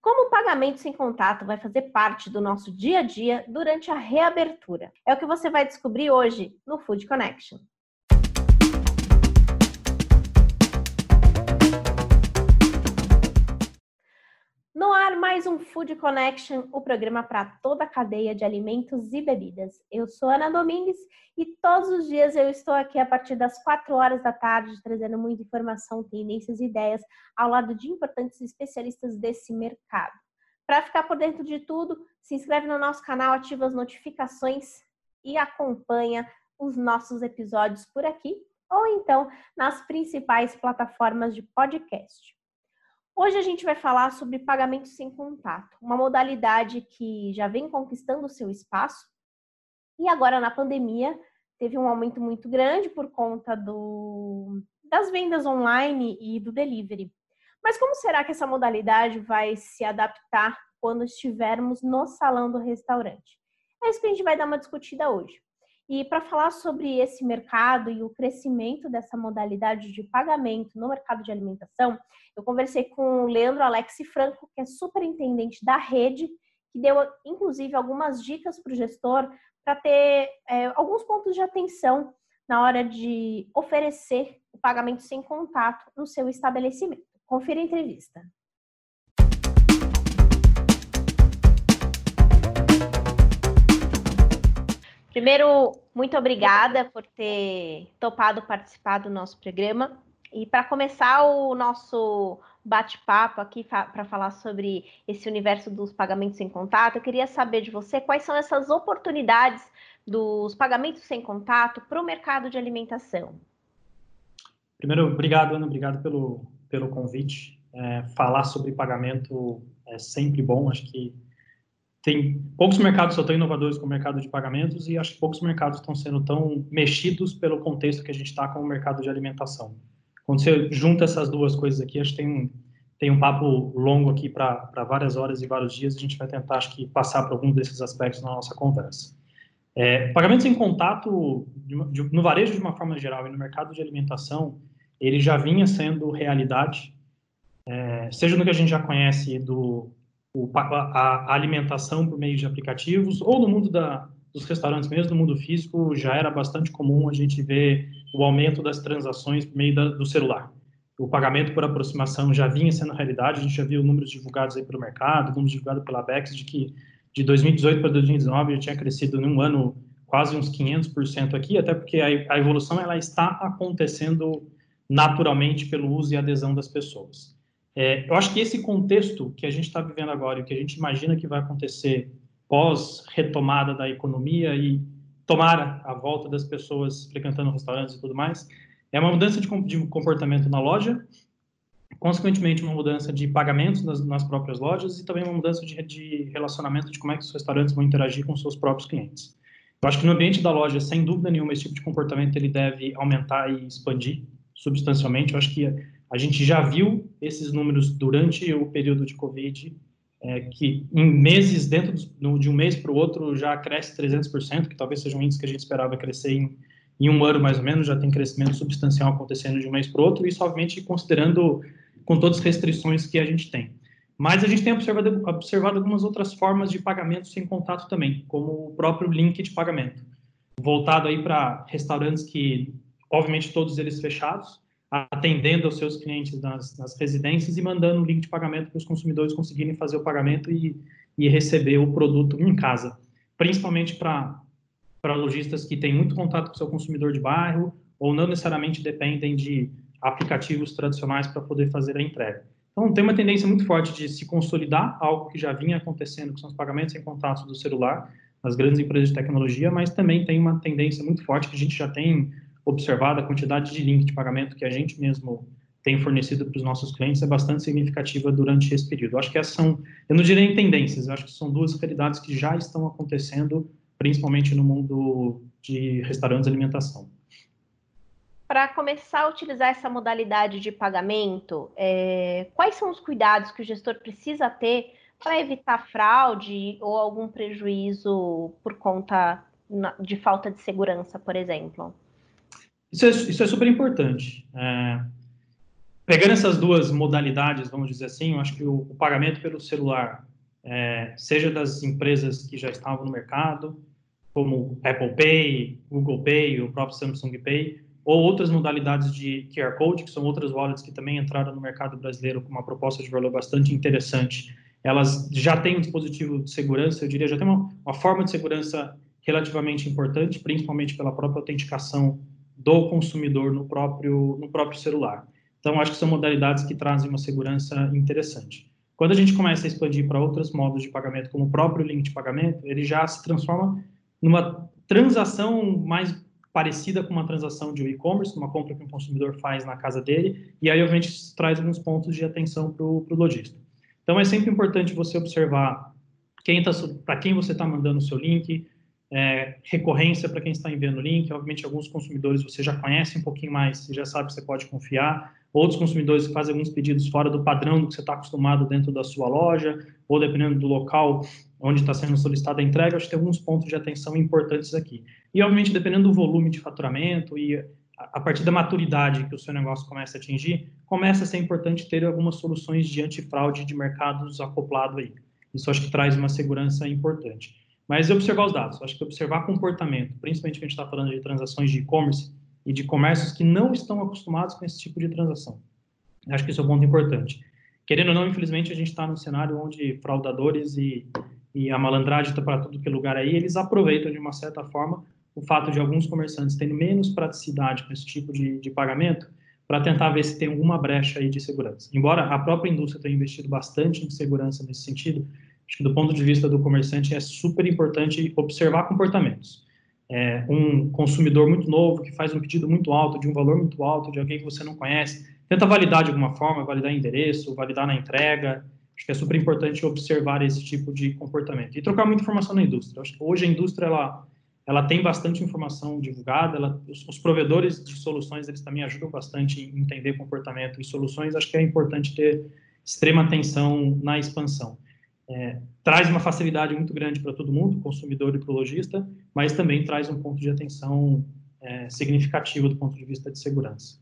Como o pagamento sem contato vai fazer parte do nosso dia a dia durante a reabertura? É o que você vai descobrir hoje no Food Connection. No ar, mais um Food Connection, o programa para toda a cadeia de alimentos e bebidas. Eu sou Ana Domingues e todos os dias eu estou aqui a partir das 4 horas da tarde, trazendo muita informação, tendências e ideias ao lado de importantes especialistas desse mercado. Para ficar por dentro de tudo, se inscreve no nosso canal, ativa as notificações e acompanha os nossos episódios por aqui ou então nas principais plataformas de podcast. Hoje a gente vai falar sobre pagamento sem contato, uma modalidade que já vem conquistando o seu espaço e agora na pandemia teve um aumento muito grande por conta das vendas online e do delivery. Mas como será que essa modalidade vai se adaptar quando estivermos no salão do restaurante? É isso que a gente vai dar uma discutida hoje. E para falar sobre esse mercado e o crescimento dessa modalidade de pagamento no mercado de alimentação, eu conversei com o Leandro Alex Franco, que é superintendente da rede, que deu, inclusive, algumas dicas para o gestor para ter alguns pontos de atenção na hora de oferecer o pagamento sem contato no seu estabelecimento. Confira a entrevista. Primeiro, muito obrigada por ter topado participar do nosso programa. E para começar o nosso bate-papo aqui para falar sobre esse universo dos pagamentos sem contato, eu queria saber de você quais são essas oportunidades dos pagamentos sem contato para o mercado de alimentação. Primeiro, obrigado, Ana, obrigado pelo convite. Falar sobre pagamento é sempre bom, acho que tem poucos mercados são tão inovadores como o mercado de pagamentos e acho que poucos mercados estão sendo tão mexidos pelo contexto que a gente está com o mercado de alimentação. Quando você junta essas duas coisas aqui, acho que tem um papo longo aqui para várias horas e vários dias. A gente vai tentar, acho que, passar por algum desses aspectos na nossa conversa. Pagamento sem contato, no varejo de uma forma geral e no mercado de alimentação, ele já vinha sendo realidade, seja no que a gente já conhece a alimentação por meio de aplicativos, ou no mundo dos restaurantes mesmo, no mundo físico, já era bastante comum a gente ver o aumento das transações por meio do celular. O pagamento por aproximação já vinha sendo realidade, a gente já viu números divulgados aí pelo mercado, números divulgados pela Abex, de que de 2018 para 2019 já tinha crescido em um ano quase uns 500% aqui, até porque a evolução ela está acontecendo naturalmente pelo uso e adesão das pessoas. Eu acho que esse contexto que a gente está vivendo agora e que a gente imagina que vai acontecer pós-retomada da economia e tomara a volta das pessoas frequentando restaurantes e tudo mais, é uma mudança de comportamento na loja, consequentemente uma mudança de pagamentos nas próprias lojas e também uma mudança de relacionamento de como é que os restaurantes vão interagir com seus próprios clientes. Eu acho que no ambiente da loja, sem dúvida nenhuma, esse tipo de comportamento ele deve aumentar e expandir substancialmente. Eu acho que a gente já viu esses números durante o período de Covid, que em meses, dentro de um mês para o outro, já cresce 300%, que talvez seja um índice que a gente esperava crescer em um ano mais ou menos, já tem crescimento substancial acontecendo de um mês para o outro, isso obviamente considerando com todas as restrições que a gente tem. Mas a gente tem observado algumas outras formas de pagamento sem contato também, como o próprio link de pagamento, voltado aí para restaurantes que, obviamente, todos eles fechados, atendendo aos seus clientes nas residências e mandando um link de pagamento para os consumidores conseguirem fazer o pagamento e receber o produto em casa, principalmente para lojistas que têm muito contato com o seu consumidor de bairro ou não necessariamente dependem de aplicativos tradicionais para poder fazer a entrega. Então, tem uma tendência muito forte de se consolidar algo que já vinha acontecendo, que são os pagamentos sem contato do celular, nas grandes empresas de tecnologia, mas também tem uma tendência muito forte que a gente já tem observado, a quantidade de link de pagamento que a gente mesmo tem fornecido para os nossos clientes é bastante significativa durante esse período. Eu acho que essas são, eu não direi tendências, eu acho que são duas realidades que já estão acontecendo, principalmente no mundo de restaurantes e alimentação. Para começar a utilizar essa modalidade de pagamento, quais são os cuidados que o gestor precisa ter para evitar fraude ou algum prejuízo por conta de falta de segurança, por exemplo? Isso é super importante. Pegando essas duas modalidades, vamos dizer assim, eu acho que o pagamento pelo celular, seja das empresas que já estavam no mercado, como Apple Pay, Google Pay, o próprio Samsung Pay, ou outras modalidades de QR Code, que são outras wallets que também entraram no mercado brasileiro com uma proposta de valor bastante interessante. Elas já têm um dispositivo de segurança, eu diria, já tem uma forma de segurança relativamente importante, principalmente pela própria autenticação do consumidor no próprio celular. Então, acho que são modalidades que trazem uma segurança interessante. Quando a gente começa a expandir para outros modos de pagamento, como o próprio link de pagamento, ele já se transforma numa transação mais parecida com uma transação de e-commerce, uma compra que um consumidor faz na casa dele, e aí, obviamente, isso traz alguns pontos de atenção para o lojista. Então, é sempre importante você observar para quem você está mandando o seu link, recorrência para quem está enviando o link. Obviamente, alguns consumidores você já conhece um pouquinho mais, você já sabe que você pode confiar. Outros consumidores que fazem alguns pedidos fora do padrão do que você está acostumado dentro da sua loja, ou dependendo do local onde está sendo solicitada a entrega, acho que tem alguns pontos de atenção importantes aqui. E, obviamente, dependendo do volume de faturamento e a partir da maturidade que o seu negócio começa a atingir, começa a ser importante ter algumas soluções de antifraude de mercados acoplado aí. Isso acho que traz uma segurança importante. Mas observar os dados, acho que observar comportamento, principalmente que a gente está falando de transações de e-commerce e de comércios que não estão acostumados com esse tipo de transação. Acho que isso é um ponto importante. Querendo ou não, infelizmente, a gente está num cenário onde fraudadores e a malandragem está para tudo que é lugar aí, eles aproveitam, de uma certa forma, o fato de alguns comerciantes terem menos praticidade com esse tipo de pagamento para tentar ver se tem alguma brecha aí de segurança. Embora a própria indústria tenha investido bastante em segurança nesse sentido, acho que do ponto de vista do comerciante é super importante observar comportamentos. Um consumidor muito novo que faz um pedido muito alto, de um valor muito alto, de alguém que você não conhece, tenta validar de alguma forma, validar endereço, validar na entrega. Acho que é super importante observar esse tipo de comportamento. E trocar muita informação na indústria. Acho que hoje a indústria, ela tem bastante informação divulgada, os provedores de soluções, eles também ajudam bastante em entender comportamento e soluções. Acho que é importante ter extrema atenção na expansão. Traz uma facilidade muito grande para todo mundo, consumidor e para o lojista, mas também traz um ponto de atenção significativo do ponto de vista de segurança.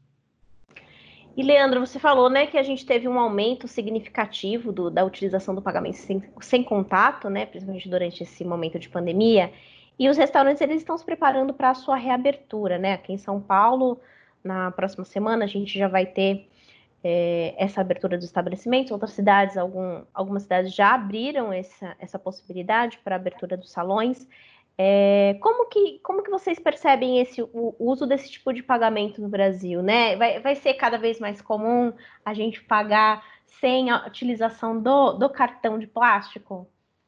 E, Leandro, você falou, né, que a gente teve um aumento significativo da utilização do pagamento sem contato, né, principalmente durante esse momento de pandemia, e os restaurantes, eles estão se preparando para a sua reabertura, né? Aqui em São Paulo, na próxima semana, a gente já vai ter essa abertura dos estabelecimentos. Outras cidades, algumas cidades já abriram essa possibilidade para a abertura dos salões. Como que vocês percebem o uso desse tipo de pagamento no Brasil, né? Vai ser cada vez mais comum a gente pagar sem a utilização do cartão de plástico?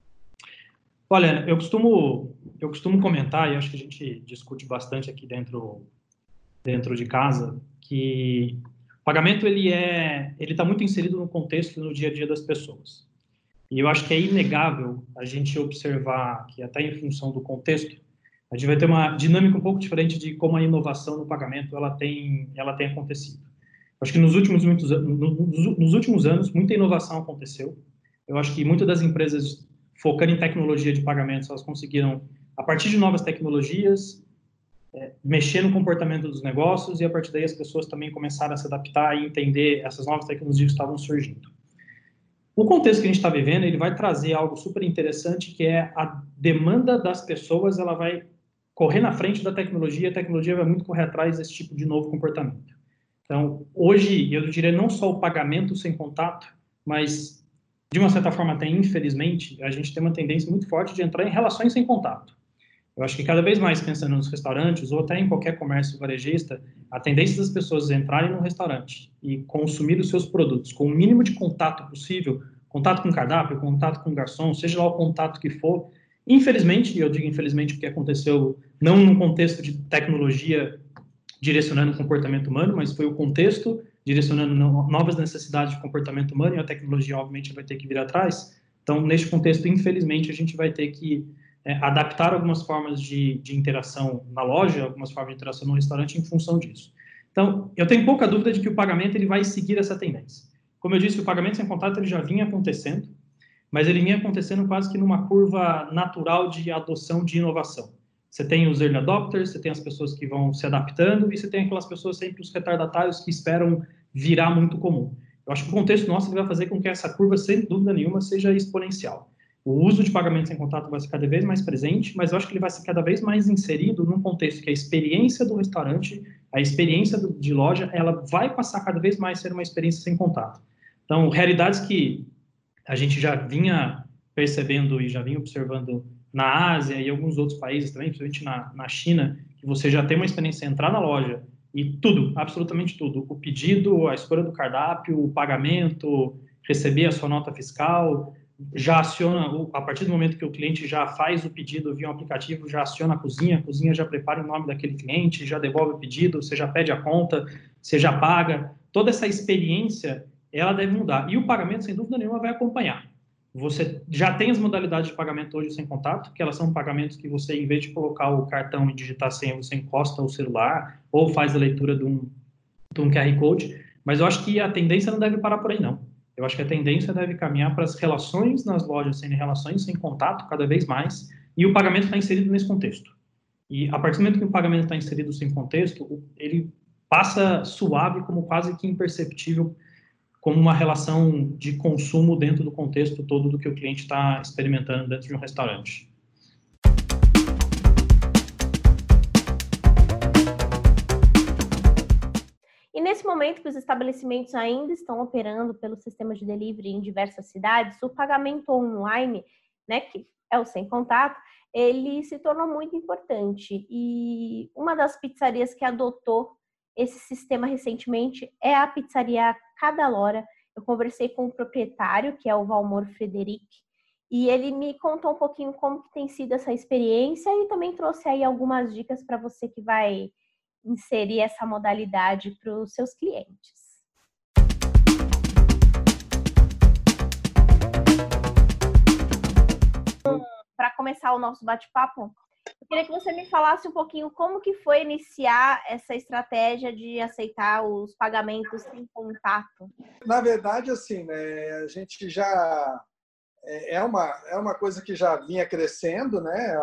Olha, eu costumo comentar, e acho que a gente discute bastante aqui dentro de casa, que o pagamento ele está muito inserido no contexto, no dia a dia das pessoas. E eu acho que é inegável a gente observar que, até em função do contexto, a gente vai ter uma dinâmica um pouco diferente de como a inovação no pagamento ela tem acontecido. Eu acho que nos últimos anos, muita inovação aconteceu. Eu acho que muitas das empresas, focando em tecnologia de pagamentos, elas conseguiram, a partir de novas tecnologias, mexer no comportamento dos negócios, e a partir daí as pessoas também começaram a se adaptar e entender essas novas tecnologias que estavam surgindo. O contexto que a gente está vivendo, ele vai trazer algo super interessante, que é a demanda das pessoas, ela vai correr na frente da tecnologia, a tecnologia vai muito correr atrás desse tipo de novo comportamento. Então, hoje, eu diria não só o pagamento sem contato, mas, de uma certa forma, até infelizmente, a gente tem uma tendência muito forte de entrar em relações sem contato. Eu acho que cada vez mais, pensando nos restaurantes ou até em qualquer comércio varejista, a tendência das pessoas entrarem num restaurante e consumir os seus produtos com o mínimo de contato possível, contato com o cardápio, contato com o garçom, seja lá o contato que for, infelizmente, e eu digo infelizmente porque aconteceu não num contexto de tecnologia direcionando o comportamento humano, mas foi o contexto direcionando novas necessidades de comportamento humano, e a tecnologia, obviamente, vai ter que vir atrás. Então, neste contexto, infelizmente, a gente vai ter que adaptar algumas formas de interação na loja, algumas formas de interação no restaurante em função disso. Então, eu tenho pouca dúvida de que o pagamento ele vai seguir essa tendência. Como eu disse, o pagamento sem contato ele já vinha acontecendo, mas ele vinha acontecendo quase que numa curva natural de adoção de inovação. Você tem os early adopters, você tem as pessoas que vão se adaptando, e você tem aquelas pessoas sempre, os retardatários, que esperam virar muito comum. Eu acho que o contexto nosso vai fazer com que essa curva, sem dúvida nenhuma, seja exponencial. O uso de pagamento sem contato vai ser cada vez mais presente, mas eu acho que ele vai ser cada vez mais inserido num contexto que a experiência do restaurante, a experiência de loja, ela vai passar cada vez mais a ser uma experiência sem contato. Então, realidades que a gente já vinha percebendo e já vinha observando na Ásia e alguns outros países também, principalmente na China, que você já tem uma experiência de entrar na loja e tudo, absolutamente tudo, o pedido, a escolha do cardápio, o pagamento, receber a sua nota fiscal, já aciona, a partir do momento que o cliente já faz o pedido via um aplicativo, já aciona a cozinha já prepara em nome daquele cliente, já devolve o pedido, você já pede a conta, você já paga. Toda essa experiência, ela deve mudar. E o pagamento, sem dúvida nenhuma, vai acompanhar. Você já tem as modalidades de pagamento hoje sem contato, que elas são pagamentos que você, em vez de colocar o cartão e digitar a senha, você encosta o celular ou faz a leitura de um QR Code. Mas eu acho que a tendência não deve parar por aí, não. Eu acho que a tendência deve caminhar para as relações nas lojas serem relações sem contato cada vez mais, e o pagamento está inserido nesse contexto. E a partir do momento que o pagamento está inserido sem contexto, ele passa suave, como quase que imperceptível, como uma relação de consumo dentro do contexto todo do que o cliente está experimentando dentro de um restaurante. E nesse momento que os estabelecimentos ainda estão operando pelo sistema de delivery em diversas cidades, o pagamento online, né, que é o sem contato, ele se tornou muito importante. E uma das pizzarias que adotou esse sistema recentemente é a pizzaria Cadalora. Eu conversei com o proprietário, que é o Valmor Frederic, e ele me contou um pouquinho como que tem sido essa experiência e também trouxe aí algumas dicas para você que vai inserir essa modalidade para os seus clientes. Para começar o nosso bate-papo, eu queria que você me falasse um pouquinho como que foi iniciar essa estratégia de aceitar os pagamentos sem contato. Na verdade, assim, né, a gente já é uma coisa que já vinha crescendo, né,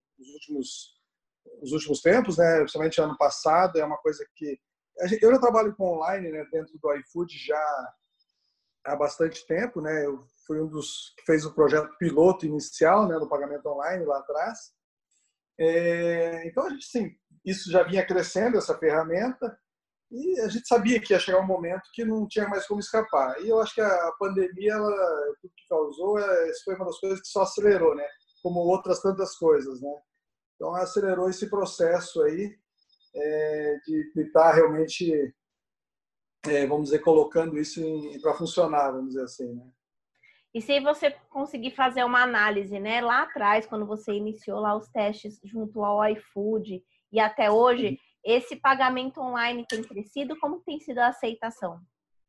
nos últimos tempos, né, principalmente ano passado, é uma coisa que eu já trabalho com online, né, dentro do iFood já há bastante tempo, né, eu fui um dos que fez o projeto piloto inicial, né, do pagamento online lá atrás. Então a gente, sim, isso já vinha crescendo, essa ferramenta, e a gente sabia que ia chegar um momento que não tinha mais como escapar. E eu acho que a pandemia, tudo que causou, isso foi uma das coisas que só acelerou, né, como outras tantas coisas, né. Então, acelerou esse processo aí de estar realmente, vamos dizer, colocando isso para funcionar, vamos dizer assim, né? E se você conseguir fazer uma análise, né, lá atrás, quando você iniciou lá os testes junto ao iFood e até hoje, esse pagamento online tem crescido? Como tem sido a aceitação?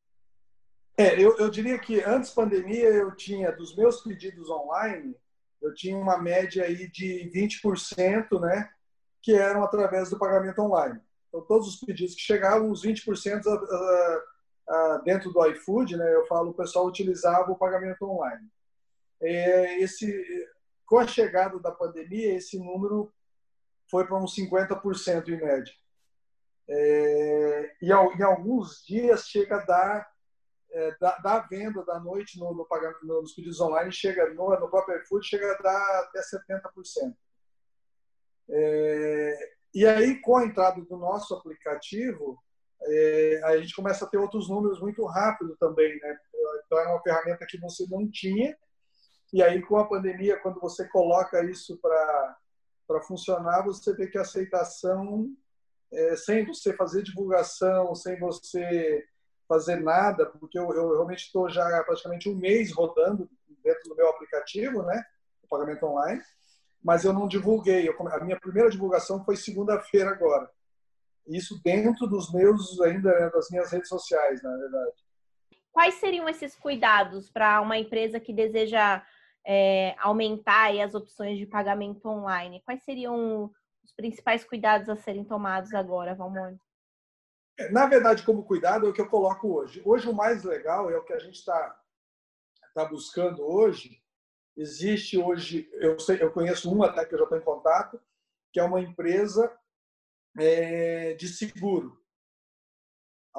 Eu diria que antes da pandemia, eu tinha, dos meus pedidos online, eu tinha uma média aí de 20%, né, que eram através do pagamento online. Então, todos os pedidos que chegavam, os 20% dentro do iFood, né, eu falo, o pessoal utilizava o pagamento online. Com a chegada da pandemia, esse número foi para uns 50% em média. E em alguns dias chega a dar da venda da noite nos pedidos online, chega no próprio iFood, chega a dar até 70%. E aí, com a entrada do nosso aplicativo, a gente começa a ter outros números muito rápido também, né? Então, era uma ferramenta que você não tinha, e aí, com a pandemia, quando você coloca isso para funcionar, você vê que a aceitação, sem você fazer divulgação, sem você fazer nada, porque eu realmente estou já praticamente um mês rodando dentro do meu aplicativo, né, o pagamento online, mas eu não divulguei. A minha primeira divulgação foi segunda-feira agora. Isso dentro dos meus, ainda, né, das minhas redes sociais, na verdade. Quais seriam esses cuidados para uma empresa que deseja aumentar aí as opções de pagamento online? Quais seriam os principais cuidados a serem tomados agora, Valmor? Na verdade, como cuidado, é o que eu coloco hoje. Hoje, o mais legal é o que a gente está buscando hoje. Existe hoje, eu conheço uma até que eu já estou em contato, que é uma empresa de seguro,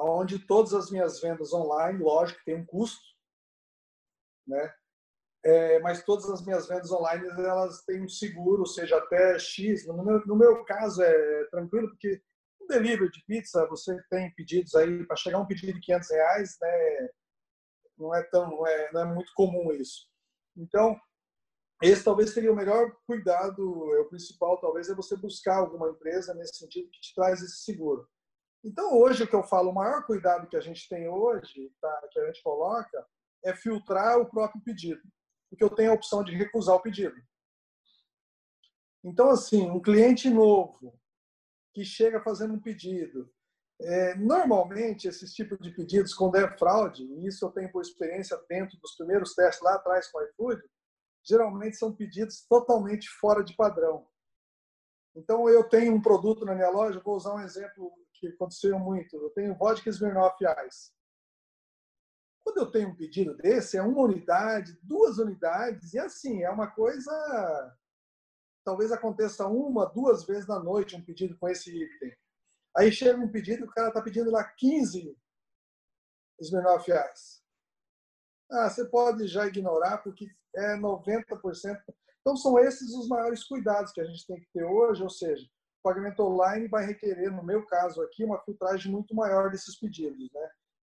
onde todas as minhas vendas online, lógico que tem um custo, né? Mas todas as minhas vendas online, elas têm um seguro, ou seja, até X. No meu caso é tranquilo, porque no delivery de pizza você tem pedidos aí, para chegar um pedido de R$500, né? Não é muito comum isso. Então, esse talvez seria o melhor cuidado, o principal talvez é você buscar alguma empresa nesse sentido que te traz esse seguro. Então, hoje, o que eu falo, o maior cuidado que a gente tem hoje, tá, que a gente coloca, é filtrar o próprio pedido, porque eu tenho a opção de recusar o pedido. Então, assim, um cliente novo que chega fazendo um pedido, normalmente, esses tipos de pedidos, quando é fraude, e isso eu tenho por experiência dentro dos primeiros testes lá atrás com o iFood, geralmente são pedidos totalmente fora de padrão. Então, eu tenho um produto na minha loja, vou usar um exemplo que aconteceu muito. Eu tenho vodka Smirnoff Ice. Quando eu tenho um pedido desse, é 1 unidade, 2 unidades, e assim, é uma coisa... Talvez aconteça 1, 2 vezes na noite um pedido com esse item. Aí chega um pedido, o cara está pedindo lá 15 Smirnoff Ice. Você pode já ignorar, porque é 90%. Então, são esses os maiores cuidados que a gente tem que ter hoje, ou seja, o pagamento online vai requerer, no meu caso aqui, uma filtragem muito maior desses pedidos, né?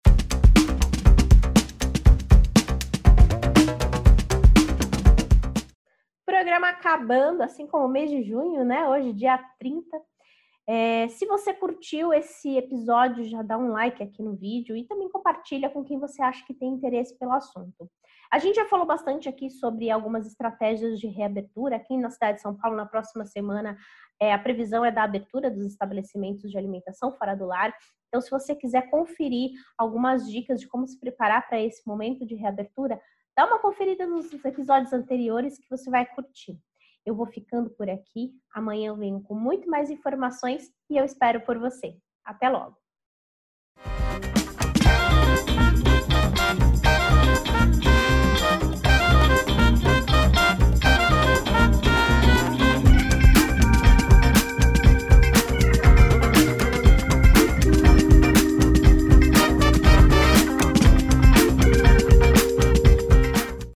Programa acabando, assim como o mês de junho, né? Hoje, dia 30. Se você curtiu esse episódio, já dá um like aqui no vídeo e também compartilha com quem você acha que tem interesse pelo assunto. A gente já falou bastante aqui sobre algumas estratégias de reabertura. Aqui na cidade de São Paulo, na próxima semana, a previsão é da abertura dos estabelecimentos de alimentação fora do lar. Então, se você quiser conferir algumas dicas de como se preparar para esse momento de reabertura, dá uma conferida nos episódios anteriores que você vai curtir. Eu vou ficando por aqui. Amanhã eu venho com muito mais informações e eu espero por você. Até logo!